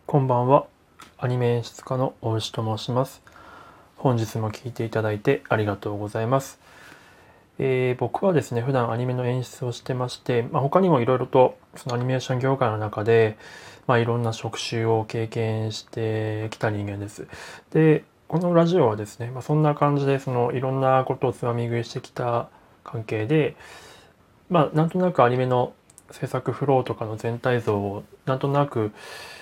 こんばんは。アニメ演出家の大石と申します。本日も聞いていただいてありがとうございます。僕はですね、普段アニメの演出をしてまして、他にもいろいろとそのアニメーション業界の中で、いろんな職種を経験してきた人間です。で、このラジオはですね、そんな感じでそのいろんなことをつまみ食いしてきた関係で、なんとなくアニメの制作フローとかの全体像をなんとなく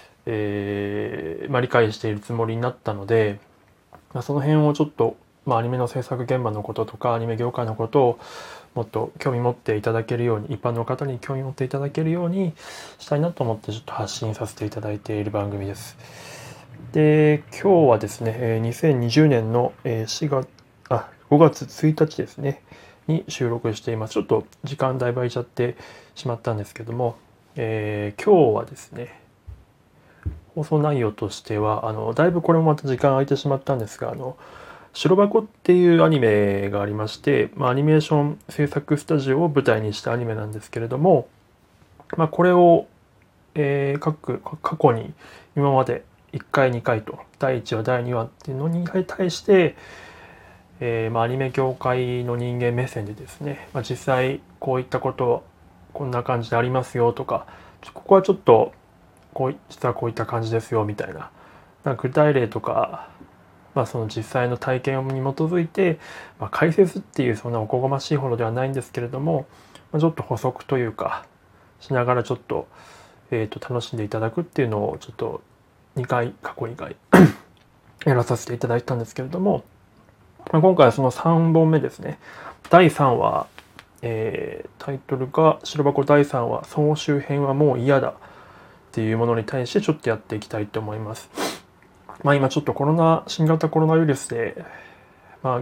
理解しているつもりになったので、その辺をちょっと、アニメの制作現場のこととかアニメ業界のことをもっと興味持っていただけるように、一般の方に興味持っていただけるようにしたいなと思ってちょっと発信させていただいている番組です。で、今日はですね、2020年の5月1日ですねに収録しています。ちょっと時間だいぶ空いちゃってしまったんですけども、今日はですね、放送内容としてはだいぶこれもまた時間空いてしまったんですが、白箱っていうアニメがありまして、アニメーション制作スタジオを舞台にしたアニメなんですけれども、これを、過去に今まで1回2回と第1話第2話っていうのに対して、アニメ業界の人間目線でですね、実際こういったことこんな感じでありますよとか、ここはちょっと実はこういった感じですよみたいな、具体例とか、その実際の体験に基づいて、解説っていうそんなおこがましいほどではないんですけれども、ちょっと補足というかしながらちょっと、楽しんでいただくっていうのをちょっと過去2回やらさせていただいたんですけれども、今回はその3本目ですね。第3話、タイトルが白箱第3話総集編はもう嫌だっていうものに対してちょっとやっていきたいと思います。今ちょっと新型コロナウイルスで、こ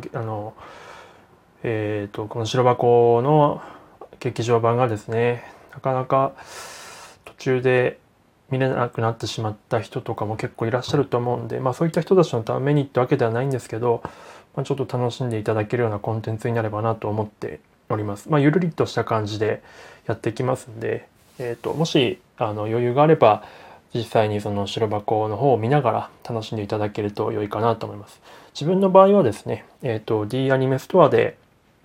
の白箱の劇場版がですね、なかなか途中で見れなくなってしまった人とかも結構いらっしゃると思うんで、そういった人たちのためにってわけではないんですけど、ちょっと楽しんでいただけるようなコンテンツになればなと思っております。ゆるりとした感じでやっていきますんで、もし余裕があれば実際にその白箱の方を見ながら楽しんでいただけると良いかなと思います。自分の場合はですね、D アニメストアで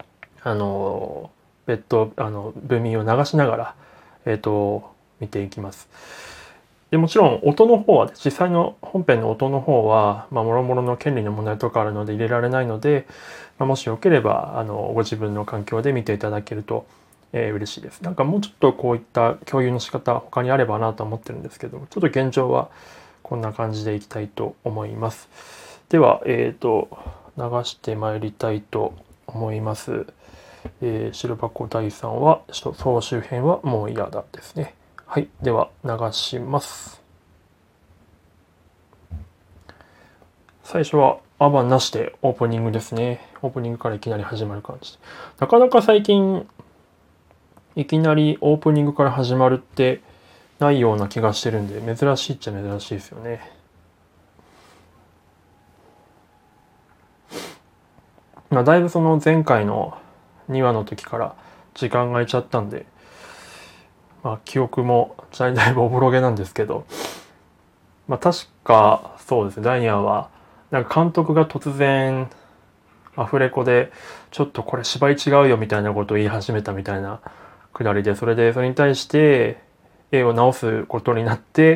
ブーミンを流しながら、見ていきます。でもちろん音の方は、実際の本編の音の方は、もろもろの権利の問題とかあるので入れられないので、もしよければご自分の環境で見ていただけると、嬉しいです。なんかもうちょっとこういった共有の仕方他にあればなと思ってるんですけど、ちょっと現状はこんな感じでいきたいと思います。では、流してまいりたいと思います。白箱第3話総集編はもう嫌だですね。はい、では流します。最初はアバンなしでオープニングですね。オープニングからいきなり始まる感じで、なかなか最近いきなりオープニングから始まるってないような気がしてるんで、珍しいっちゃ珍しいですよね。だいぶその前回の2話の時から時間が空いちゃったんで、記憶もだいぶおぼろげなんですけど、確かそうですね、第2話はなんか監督が突然アフレコでちょっとこれ芝居違うよみたいなことを言い始めたみたいなくだりで、それに対して絵を直すことになって、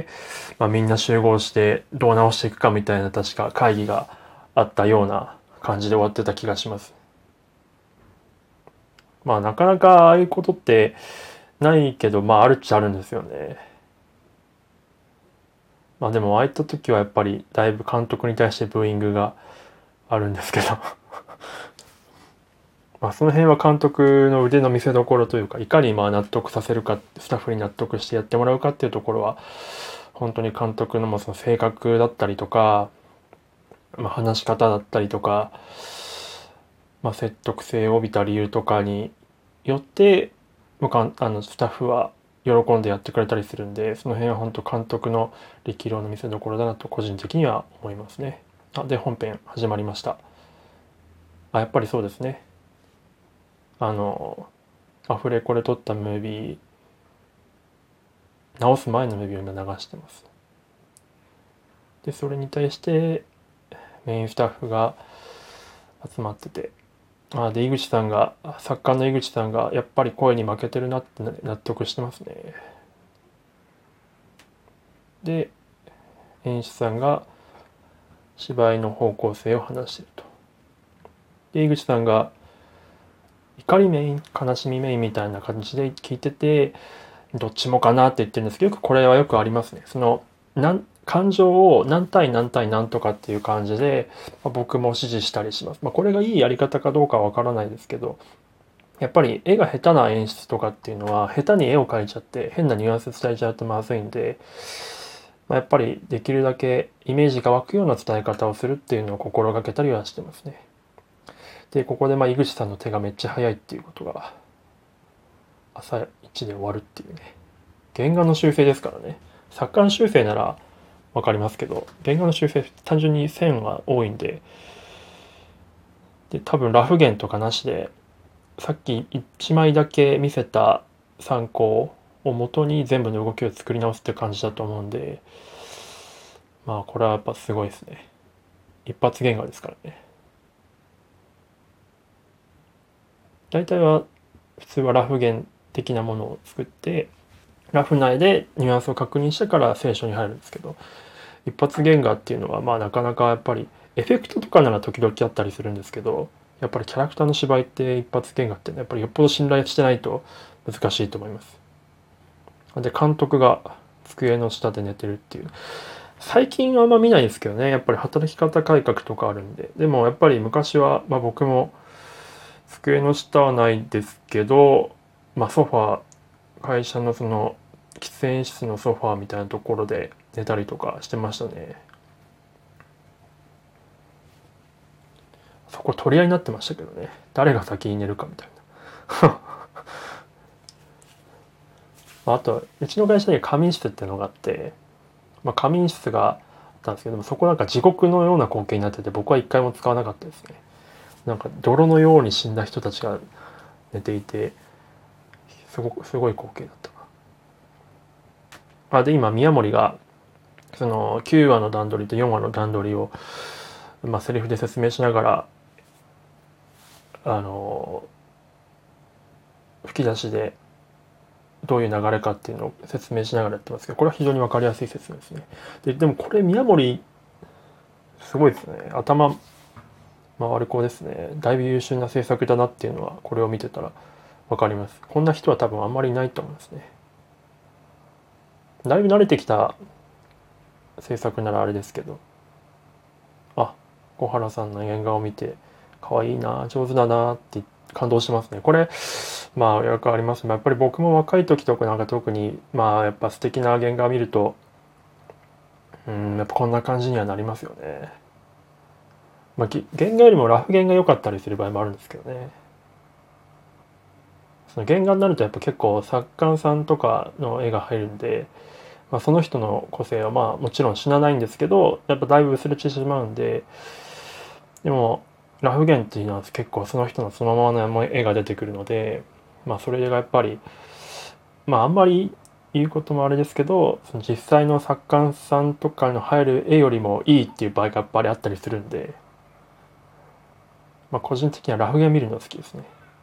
みんな集合してどう直していくかみたいな確か会議があったような感じで終わってた気がします。なかなかああいうことってないけど、あるっちゃあるんですよね。でもああいった時はやっぱりだいぶ監督に対してブーイングがあるんですけどその辺は監督の腕の見せ所というか、いかに納得させるか、スタッフに納得してやってもらうかっていうところは本当に監督のその性格だったりとか、話し方だったりとか、説得性を帯びた理由とかによってスタッフは喜んでやってくれたりするんで、その辺は本当監督の力量の見せ所だなと個人的には思いますね。で本編始まりました。やっぱりそうですね。アフレコで撮ったムービー、直す前のムービーを今流してます。 でそれに対してメインスタッフが集まってて、で井口さんが作家の井口さんがやっぱり声に負けてるなって納得してますね。で演出さんが芝居の方向性を話してると。で井口さんが怒りメイン悲しみメインみたいな感じで聞いてて、どっちもかなって言ってるんですけど、これはよくありますね。その感情を何対何対何とかっていう感じで、僕も指示したりします。これがいいやり方かどうかはわからないですけど、やっぱり絵が下手な演出とかっていうのは下手に絵を描いちゃって変なニュアンス伝えちゃうとまずいんで、やっぱりできるだけイメージが湧くような伝え方をするっていうのを心がけたりはしてますね。でここで井口さんの手がめっちゃ速いっていうことが朝一で終わるっていうね。原画の修正ですからね。作家の修正ならわかりますけど、原画の修正単純に線が多いんで、多分ラフ弦とかなしでさっき1枚だけ見せた参考を元に全部の動きを作り直すって感じだと思うんで、これはやっぱすごいですね。一発原画ですからね。大体は普通はラフ弦的なものを作ってラフ内でニュアンスを確認してから聖書に入るんですけど、一発原画っていうのはなかなかやっぱりエフェクトとかなら時々あったりするんですけど、やっぱりキャラクターの芝居って一発原画ってやっぱりよっぽど信頼してないと難しいと思います。で監督が机の下で寝てるっていう、最近はあんま見ないですけどね。やっぱり働き方改革とかあるんで。でもやっぱり昔は、僕も机の下はないですけど、ソファー、会社のその喫煙室のソファーみたいなところで寝たりとかしてましたね。そこ取り合いになってましたけどね。誰が先に寝るかみたいな。あとうちの会社には仮眠室っていうのがあって、仮眠室があったんですけども、そこなんか地獄のような光景になってて、僕は一回も使わなかったですね。なんか泥のように死んだ人たちが寝ていて、すごい光景だったな。で今宮森がその9話の段取りと4話の段取りを、セリフで説明しながら吹き出しでどういう流れかっていうのを説明しながらやってますけど、これは非常に分かりやすい説明ですね。でもこれ宮森すごいですね。頭回る子ですね。だいぶ優秀な制作だなっていうのはこれを見てたら分かります。こんな人は多分あんまりいないと思いますね。だいぶ慣れてきた制作ならあれですけど、小原さんの原画を見て可愛いな、上手だなって感動しますね。これよくあります。やっぱり僕も若い時とかなんか特にやっぱ素敵な原画を見ると、やっぱこんな感じにはなりますよね。原画よりもラフ原画良かったりする場合もあるんですけどね。その原画になるとやっぱ結構作家さんとかの絵が入るんで、その人の個性はもちろん死なないんですけど、やっぱだいぶ薄れてしまうんで、でもラフ原っていうのは結構その人のそのままの絵が出てくるので、それがやっぱりあんまり言うこともあれですけど、その実際の作家さんとかの入る絵よりもいいっていう場合がやっぱりあったりするんで、個人的にはラフ画見るの好きですね。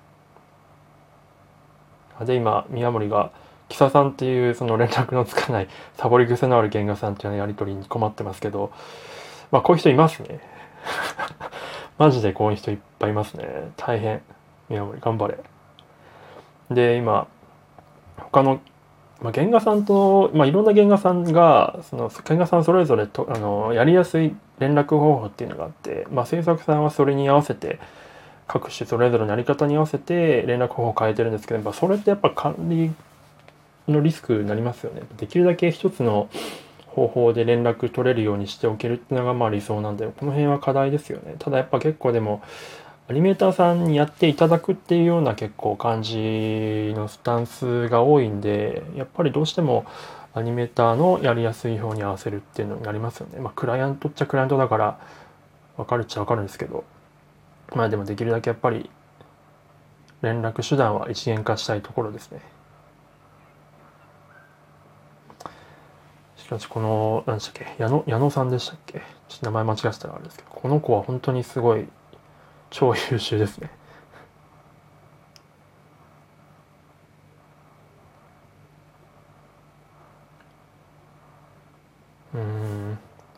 で今宮森が木佐さんっていうその連絡のつかないサボり癖のある原画さんっていうのやり取りに困ってますけど、こういう人いますね。マジでこういう人いっぱいいますね。大変。宮森頑張れ。で今他の原画さんと、いろんな原画さんがその原画さんそれぞれとやりやすい連絡方法っていうのがあって、制作さんはそれに合わせて各種それぞれのやり方に合わせて連絡方法を変えてるんですけど、それってやっぱ管理のリスクになりますよね。できるだけ一つの方法で連絡取れるようにしておけるっていうのが理想なんで、この辺は課題ですよね。ただやっぱ結構でもアニメーターさんにやっていただくっていうような結構感じのスタンスが多いんで、やっぱりどうしてもアニメーターのやりやすい方に合わせるっていうのになりますよね。クライアントっちゃクライアントだから分かるっちゃ分かるんですけど、でもできるだけやっぱり連絡手段は一元化したいところですね。しかしこの何でしたっけ、矢野さんでしたっけ、ちょっと名前間違えたらあれですけど、この子は本当にすごい超優秀ですね。うーん、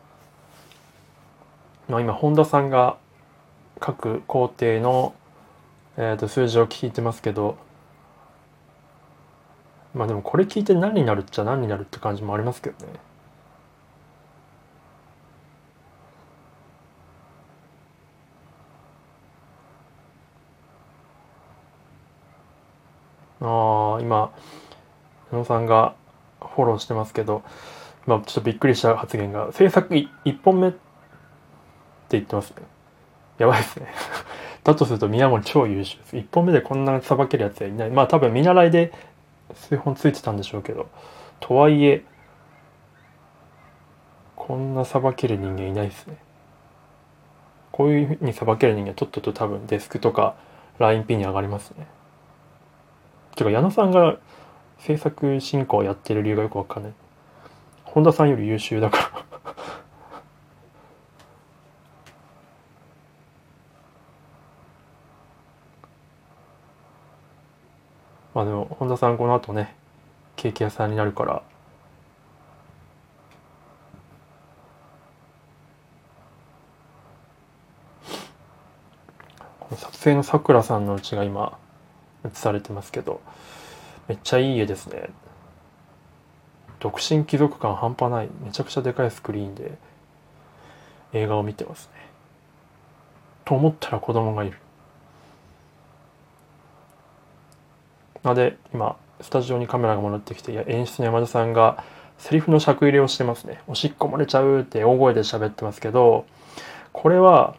まあ、今本田さんが各工程の、数字を聞いてますけど、まあでもこれ聞いて何になるっちゃ何になるって感じもありますけどね。ああ、今矢野さんがフォローしてますけど、まあちょっとびっくりした発言が、制作1本目って言ってますね。やばいですね。だとすると宮森超優秀です。1本目でこんなさばけるやつはいない。まあ多分見習いで数本ついてたんでしょうけど、とはいえこんなさばける人間いないですね。こういうふうにさばける人間とっとと多分デスクとか LINEP に上がりますね。てか矢野さんが制作進行をやってる理由がよくわかんない。本田さんより優秀だからまあでも本田さんこの後ねケーキ屋さんになるから、この撮影のさくらさんのうちが今映されてますけど、めっちゃいい家ですね。独身貴族感半端ない、めちゃくちゃでかいスクリーンで映画を見てますね。と思ったら子供がいる。で今スタジオにカメラが戻ってきて、演出の山田さんがセリフの尺入れをしてますね。おしっこ漏れちゃうって大声で喋ってますけど、これは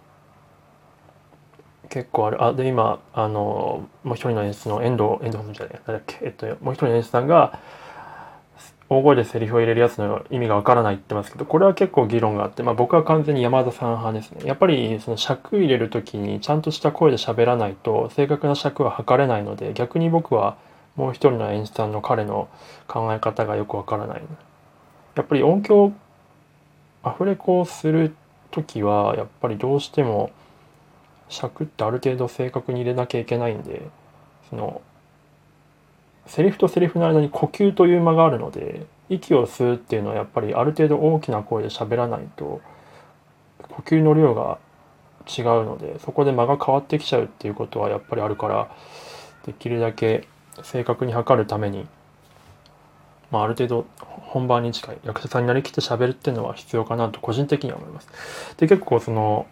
結構ある。で今もう一人の演出の遠藤さんじゃない、誰だっけ、もう一人の演出さんが大声でセリフを入れるやつの意味がわからないって言ってますけど、これは結構議論があって、まあ僕は完全に山田さん派ですね。やっぱりその尺入れるときにちゃんとした声で喋らないと正確な尺は測れないので、逆に僕はもう一人の演出さんの彼の考え方がよくわからない。やっぱり音響アフレコをするときはやっぱりどうしても尺ってある程度正確に入れなきゃいけないんで、そのセリフとセリフの間に呼吸という間があるので、息を吸うっていうのはやっぱりある程度大きな声で喋らないと呼吸の量が違うので、そこで間が変わってきちゃうっていうことはやっぱりあるから、できるだけ正確に測るために、まあ、ある程度本番に近い役者さんになりきって喋るっていうのは必要かなと個人的には思います。で結構その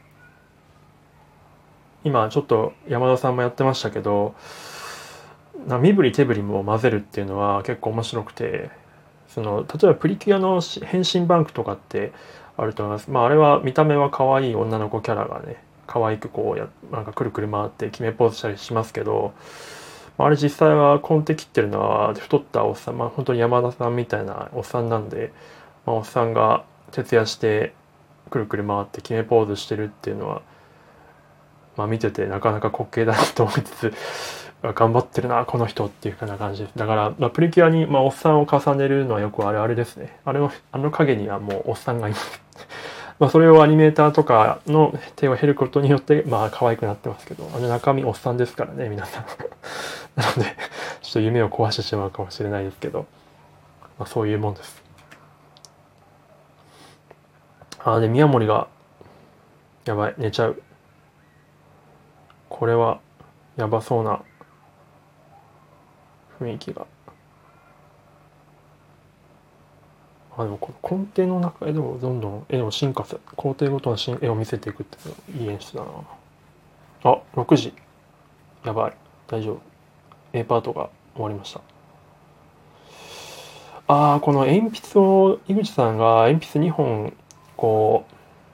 今ちょっと山田さんもやってましたけど、身振り手振りも混ぜるっていうのは結構面白くて、その例えばプリキュアの変身バンクとかってあると思います。まああれは見た目は可愛い女の子キャラがね可愛くこうなんかくるくる回って決めポーズしたりしますけど、あれ実際はコンテ切ってるのは太ったおっさん、まあ本当に山田さんみたいなおっさんなんで、まあ、おっさんが徹夜してくるくる回って決めポーズしてるっていうのは、まあ見ててなかなか滑稽だなと思いつつ、頑張ってるなこの人っていう風な感じです。だから、まあ、プリキュアに、まあ、おっさんを重ねるのはよくあれですね。あの影にはもうおっさんがいます。まあそれをアニメーターとかの手を経ることによってまあ可愛くなってますけど、あの中身おっさんですからね皆さん。なのでちょっと夢を壊してしまうかもしれないですけど、まあ、そういうもんです。で宮森がやばい寝ちゃう。これはやばそうな雰囲気が。でもこの根底の中でもどんどん絵を進化する、工程ごとの絵を見せていくっていうのいい演出だな。6時。やばい。大丈夫。A パートが終わりました。この鉛筆を、井口さんが鉛筆2本、こ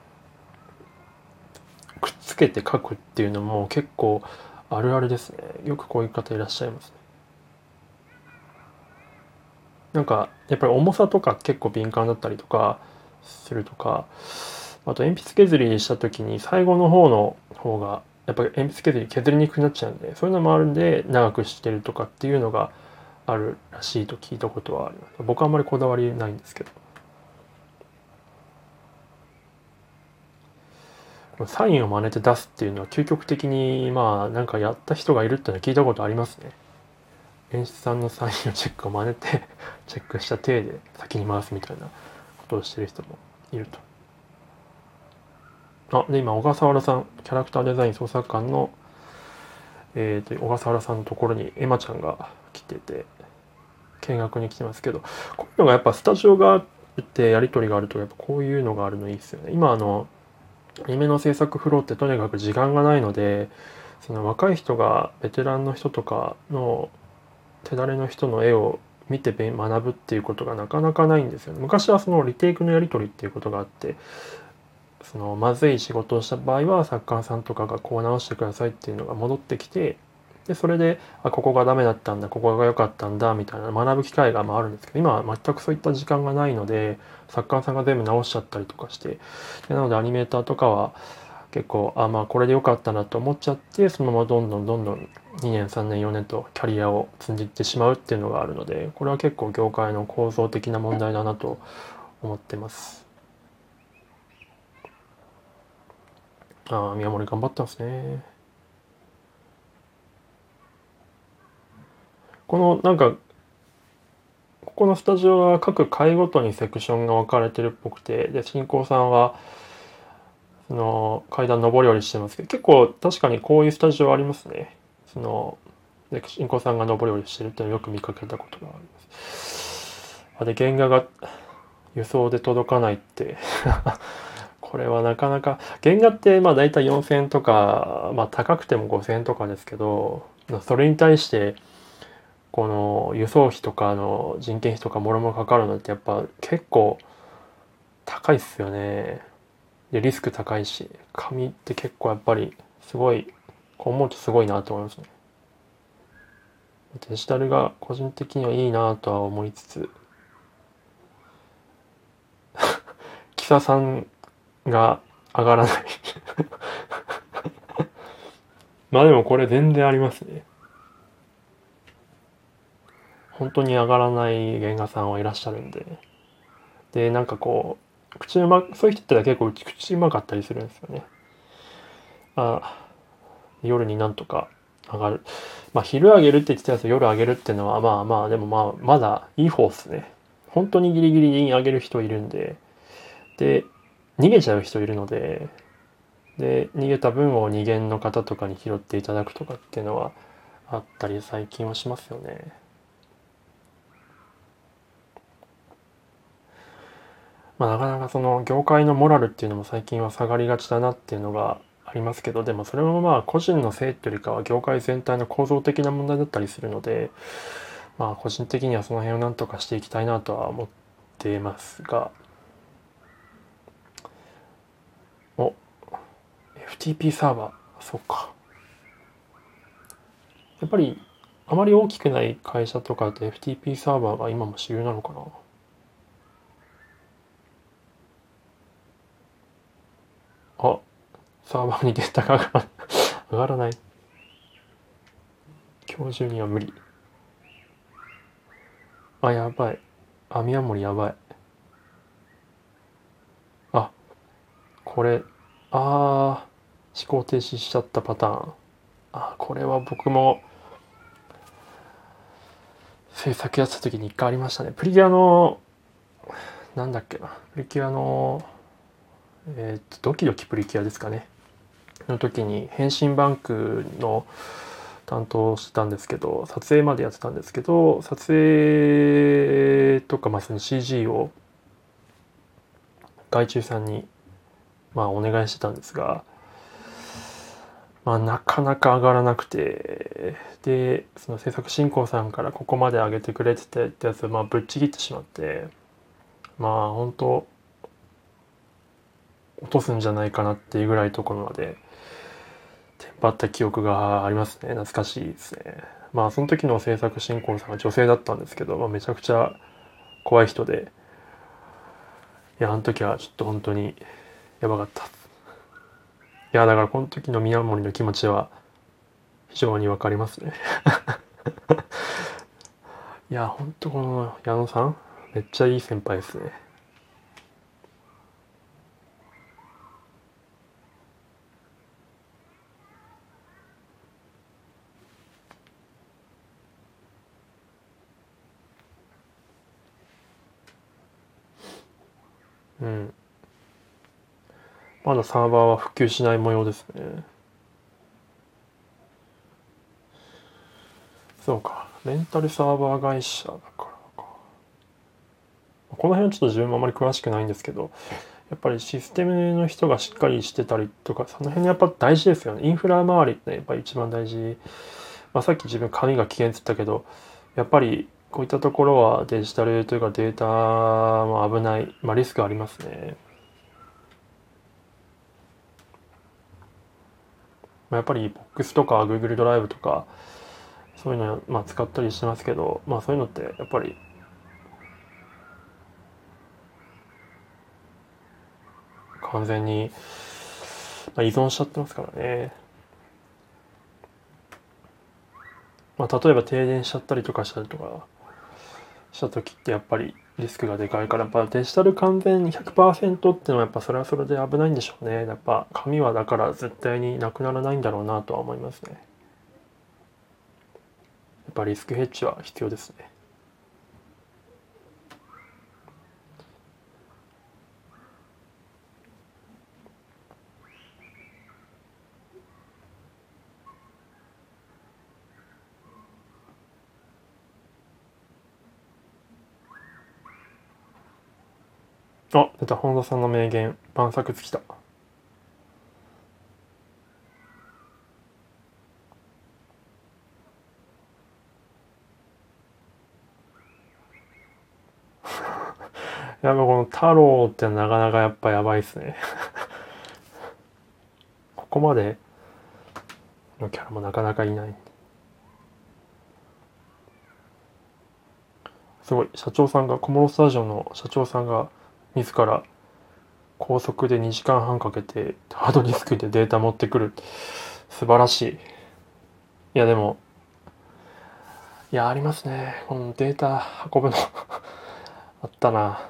う、くっつけて書くっていうのも結構あるあるですね。よくこういう方いらっしゃいますね。なんか、やっぱり重さとか結構敏感だったりとかするとか、あと鉛筆削りした時に最後の方が、やっぱり鉛筆削りにくくなっちゃうんで、そういうのもあるんで長くしてるとかっていうのがあるらしいと聞いたことはあります。僕はあんまりこだわりないんですけど。 サインを真似て出すっていうのは究極的にまあなんかやった人がいるっていうのは聞いたことありますね。演出さんのサインのチェックを真似てチェックした体で先に回すみたいなことをしてる人もいると。で今小笠原さん、キャラクターデザイン創作官の小笠原さんのところにエマちゃんが来てて見学に来てますけど、こういうのがやっぱスタジオがあってやり取りがあるとやっぱこういうのがあるのいいですよね。今アニメの制作フローってとにかく時間がないので、その若い人がベテランの人とかの手だれの人の絵を見て学ぶっていうことがなかなかないんですよね。昔はそのリテイクのやり取りっていうことがあって、そのまずい仕事をした場合は作家さんとかがこう直してくださいっていうのが戻ってきて、でそれでここがダメだったんだ、ここが良かったんだみたいな学ぶ機会があるんですけど、今は全くそういった時間がないので作家さんが全部直しちゃったりとかして、なのでアニメーターとかは結構まあこれで良かったなと思っちゃって、そのままどんどん2年3年4年とキャリアを積んでいってしまうっていうのがあるので、これは結構業界の構造的な問題だなと思ってます。宮森頑張ってますね。このなんかここのスタジオは各階ごとにセクションが分かれてるっぽくて、で新興さんはその階段上り下りしてますけど、結構確かにこういうスタジオありますね。そので新興さんが上り下りしてるっていうのをよく見かけたことがあります。で原画が輸送で届かないってこれはなかなか、原画ってまあ大体4000円とか、まあ高くても5000円とかですけど、それに対してこの輸送費とかの人件費とかもろもろかかるのってやっぱ結構高いっすよね。でリスク高いし、紙って結構やっぱりすごい、こう思うとすごいなと思いますね。デジタルが個人的にはいいなとは思いつつ、キサさんが上がらないまあでもこれ全然ありますね。本当に上がらない原画さんはいらっしゃるんで。で、なんかこう、そういう人って結構口うまかったりするんですよね。夜になんとか上がる。まあ昼上げるって言ってたやつ夜上げるっていうのはまあまあ、でもまあまだいい方っすね。本当にギリギリに上げる人いるんで、で、逃げちゃう人いるので、で、逃げた分を二限の方とかに拾っていただくとかっていうのはあったり最近はしますよね。まあ、なかなかその業界のモラルっていうのも最近は下がりがちだなっていうのがありますけど、でもそれもまあ個人のせいっていうよりかは業界全体の構造的な問題だったりするので、まあ個人的にはその辺をなんとかしていきたいなとは思っていますが、FTP サーバー、そうか。やっぱりあまり大きくない会社とかだと FTP サーバーが今も主流なのかな。サーバーにデータが上がらない。今日中には無理。やばい。宮森やばい。これ、思考停止しちゃったパターン。これは僕も制作やってた時に一回ありましたね。プリキュアの、なんだっけな。プリキュアの、ドキドキプリキュアですかね。の時に変身バンクの担当してたんですけど、撮影までやってたんですけど、撮影とか、まあその CG を外注さんにまあお願いしてたんですが、まあなかなか上がらなくて、で、その制作進行さんからここまで上げてくれててってやつをまあぶっちぎってしまって、まあ本当落とすんじゃないかなっていうぐらいところまでテンパった記憶がありますね。懐かしいですね。まあその時の制作進行さんは女性だったんですけど、まあ、めちゃくちゃ怖い人で、いやあの時はちょっと本当にやばかった。いやだからこの時の宮森の気持ちは非常にわかりますねいやほんとこの矢野さんめっちゃいい先輩ですね。 うん。まだサーバーは復旧しない模様ですね。そうか。レンタルサーバー会社だからか。この辺はちょっと自分もあまり詳しくないんですけど、やっぱりシステムの人がしっかりしてたりとか、その辺やっぱ大事ですよね。インフラ周りってやっぱり一番大事。さっき自分紙が危険って言ったけど、やっぱりこういったところはデジタルというかデータも危ない、リスクありますね。やっぱり Box とか Google ドライブとかそういうの使ったりしてますけど、そういうのってやっぱり完全に依存しちゃってますからね。例えば停電しちゃったりとかしたりとかした時ってやっぱりリスクがでかいから、やっぱデジタル完全に 100% っていうのはやっぱそれはそれで危ないんでしょうね。やっぱ紙はだから絶対になくならないんだろうなとは思いますね。やっぱリスクヘッジは必要ですね。出た、本田さんの名言、万作尽きた。やっぱこの太郎ってなかなかやっぱやばいっすね。ここまでのキャラもなかなかいない。すごい、社長さんが、小諸スタジオの社長さんが自ら高速で2時間半かけてハードディスクでデータ持ってくる。素晴らしい。いやでも、いやありますね。このデータ運ぶのあったな。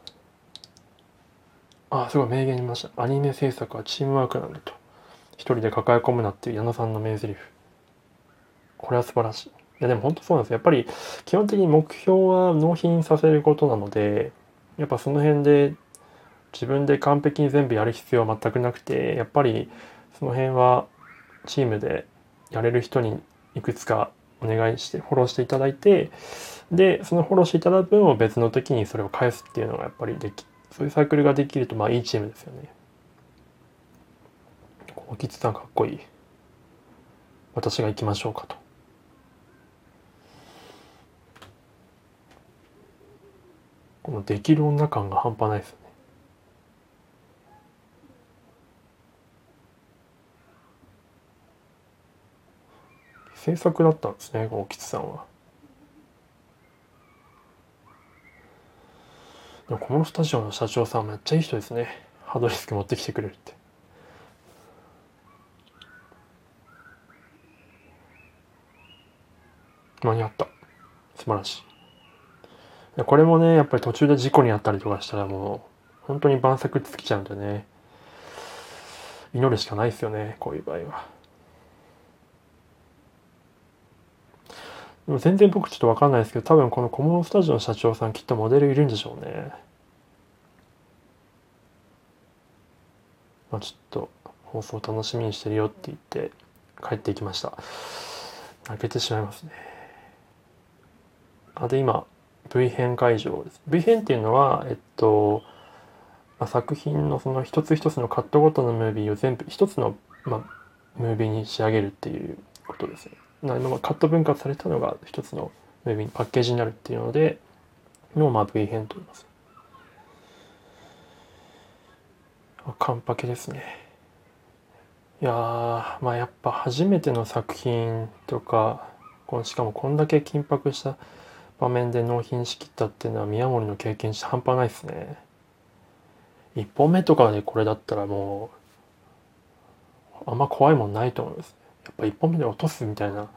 すごい名言見ました。アニメ制作はチームワークなんだと。一人で抱え込むなっていう矢野さんの名台詞。これは素晴らしい。いやでも本当そうなんですよ。やっぱり基本的に目標は納品させることなので、やっぱその辺で自分で完璧に全部やる必要は全くなくて、やっぱりその辺はチームでやれる人にいくつかお願いしてフォローしていただいて、でそのフォローしていただく分を別の時にそれを返すっていうのがやっぱりそういうサークルができるといいチームですよね。大吉さんかっこいい。私が行きましょうかと。このできる女感が半端ないですよね。制作だったんですね、大吉さんは。でもこのスタジオの社長さんめっちゃいい人ですね。ハードディスク持ってきてくれるって。間に合った。素晴らしい。これもね、やっぱり途中で事故にあったりとかしたらもう、本当に万策尽きちゃうんでね。祈るしかないですよね、こういう場合は。でも全然僕ちょっとわかんないですけど、多分このコモンスタジオの社長さんきっとモデルいるんでしょうね。ちょっと放送楽しみにしてるよって言って帰っていきました。泣けてしまいますね。で今 V 編会場です。V 編っていうのは作品のその一つ一つのカットごとのムービーを全部一つの、ムービーに仕上げるっていうことですね。今カット分割されたのが一つのムービーパッケージになるっていうのでのV 編と言います。カンパケですね。いややっぱ初めての作品とかしかもこんだけ緊迫した場面で納品しきったっていうのは宮森の経験して半端ないですね。1本目とかでこれだったらもうあんま怖いもんないと思います。やっぱ1本目で落とすみたいな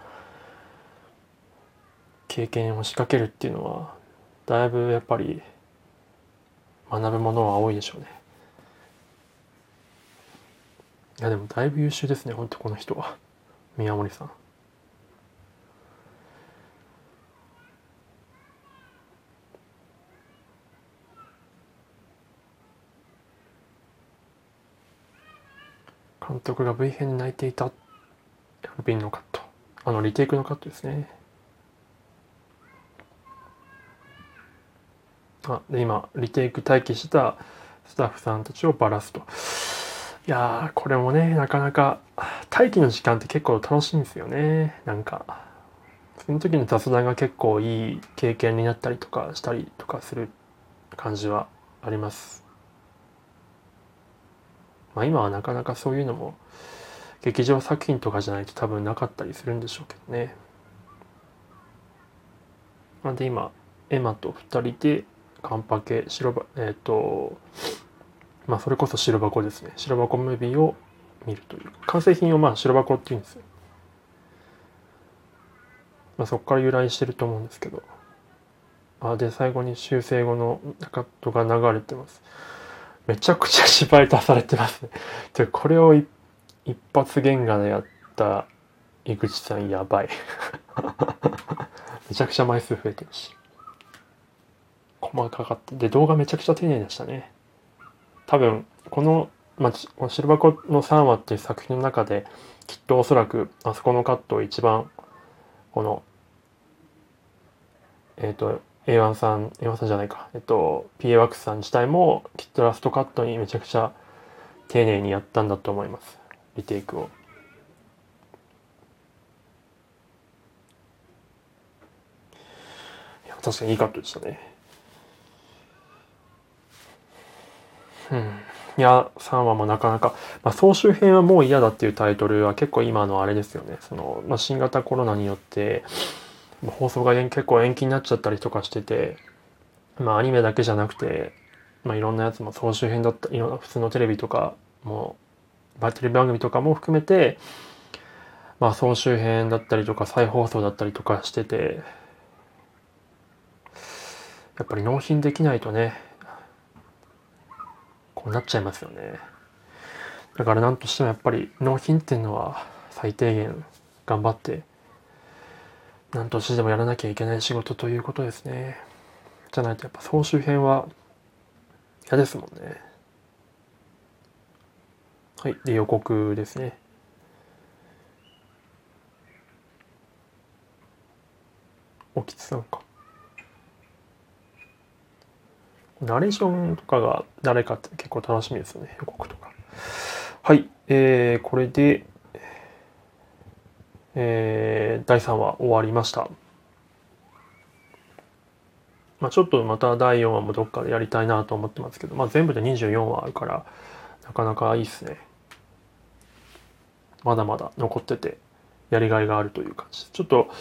経験を仕掛けるっていうのはだいぶやっぱり学ぶものは多いでしょうね。いやでもだいぶ優秀ですね、ほんとこの人は。宮森さん。 監督が V 編に泣いていたアルピンのカット、リテイクのカットですね。で今リテイク待機してたスタッフさんたちをバラすと。いやーこれもねなかなか待機の時間って結構楽しいんですよね。なんかその時の雑談が結構いい経験になったりとかしたりとかする感じはあります。今はなかなかそういうのも劇場作品とかじゃないと多分なかったりするんでしょうけどね。で今エマと2人でカンパケ白それこそ白箱ですね。白箱ムービーを見るという完成品を白箱っていうんですよ。そこから由来してると思うんですけど。で最後に修正後のカットが流れてます。めちゃくちゃ芝居足されてますね。でこれを一発原画でやった井口さんやばい。めちゃくちゃ枚数増えてるし細かかってで動画めちゃくちゃ丁寧でしたね。多分この白箱の3話っていう作品の中できっとおそらくあそこのカットを一番このA1 さんじゃないかPA ワックスさん自体もきっとラストカットにめちゃくちゃ丁寧にやったんだと思います。リテイクを。いや確かにいいカットでしたね。いや3話もなかなか、総集編はもう嫌だっていうタイトルは結構今のあれですよね。新型コロナによって放送が結構延期になっちゃったりとかしてて、アニメだけじゃなくて、いろんなやつも総集編だったいろんな普通のテレビとかもテレビ番組とかも含めて総集編だったりとか再放送だったりとかしてて、やっぱり納品できないとねこうなっちゃいますよね。だから何としてもやっぱり納品っていうのは最低限頑張って何としてでもやらなきゃいけない仕事ということですね。じゃないとやっぱ総集編は嫌ですもんね。はい。で予告ですね。おきつさんか。ナレーションとかが誰かって結構楽しみですよね。予告とか。はい。これで、第3話終わりました。ちょっとまた第4話もどっかでやりたいなと思ってますけど、全部で24話あるからなかなかいいっすね。まだまだ残っててやりがいがあるという感じ。ちょっと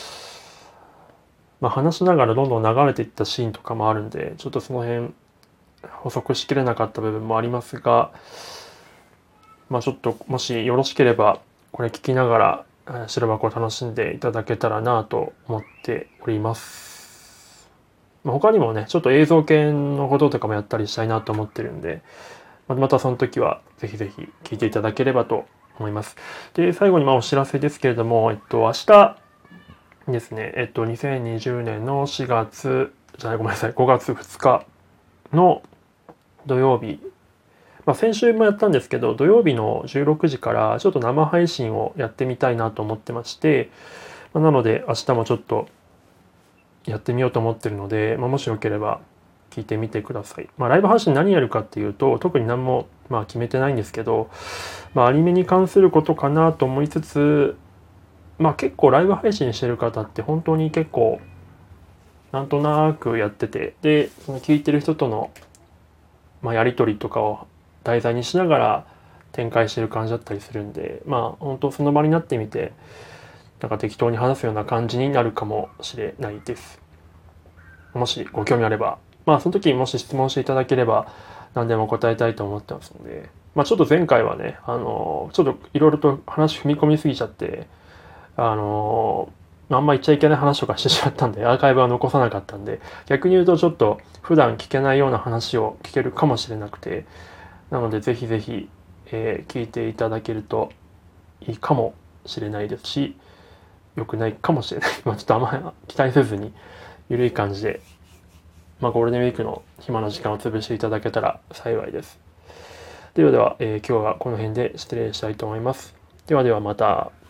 話しながらどんどん流れていったシーンとかもあるんで、ちょっとその辺補足しきれなかった部分もありますが、ちょっともしよろしければこれ聞きながら白箱を楽しんでいただけたらなと思っております。他にもねちょっと映像系のこととかもやったりしたいなと思ってるんで、またその時はぜひぜひ聞いていただければと思います。で最後にお知らせですけれども、明日ですね、2020年の5月2日の土曜日、先週もやったんですけど土曜日の16時からちょっと生配信をやってみたいなと思ってまして、なので明日もちょっとやってみようと思ってるので、もしよければ聞いてみてください。ライブ配信何やるかっていうと特に何も決めてないんですけど、アニメに関することかなと思いつつ、結構ライブ配信してる方って本当に結構なんとなくやってて、でその聞いてる人とのやり取りとかを題材にしながら展開してる感じだったりするんで、本当その場になってみてなんか適当に話すような感じになるかもしれないです。もしご興味あれば、その時もし質問していただければ何でも答えたいと思ってますので、ちょっと前回はね、ちょっといろいろと話踏み込みすぎちゃって、あんま言っちゃいけない話とかしてしまったんで、アーカイブは残さなかったんで、逆に言うとちょっと普段聞けないような話を聞けるかもしれなくて、なのでぜひぜひ、聞いていただけるといいかもしれないですし、良くないかもしれない。ちょっとあんまり期待せずに、緩い感じで、ゴールデンウィークの暇な時間を潰していただけたら幸いです。 ではでは、今日はこの辺で失礼したいと思います。ではではまた。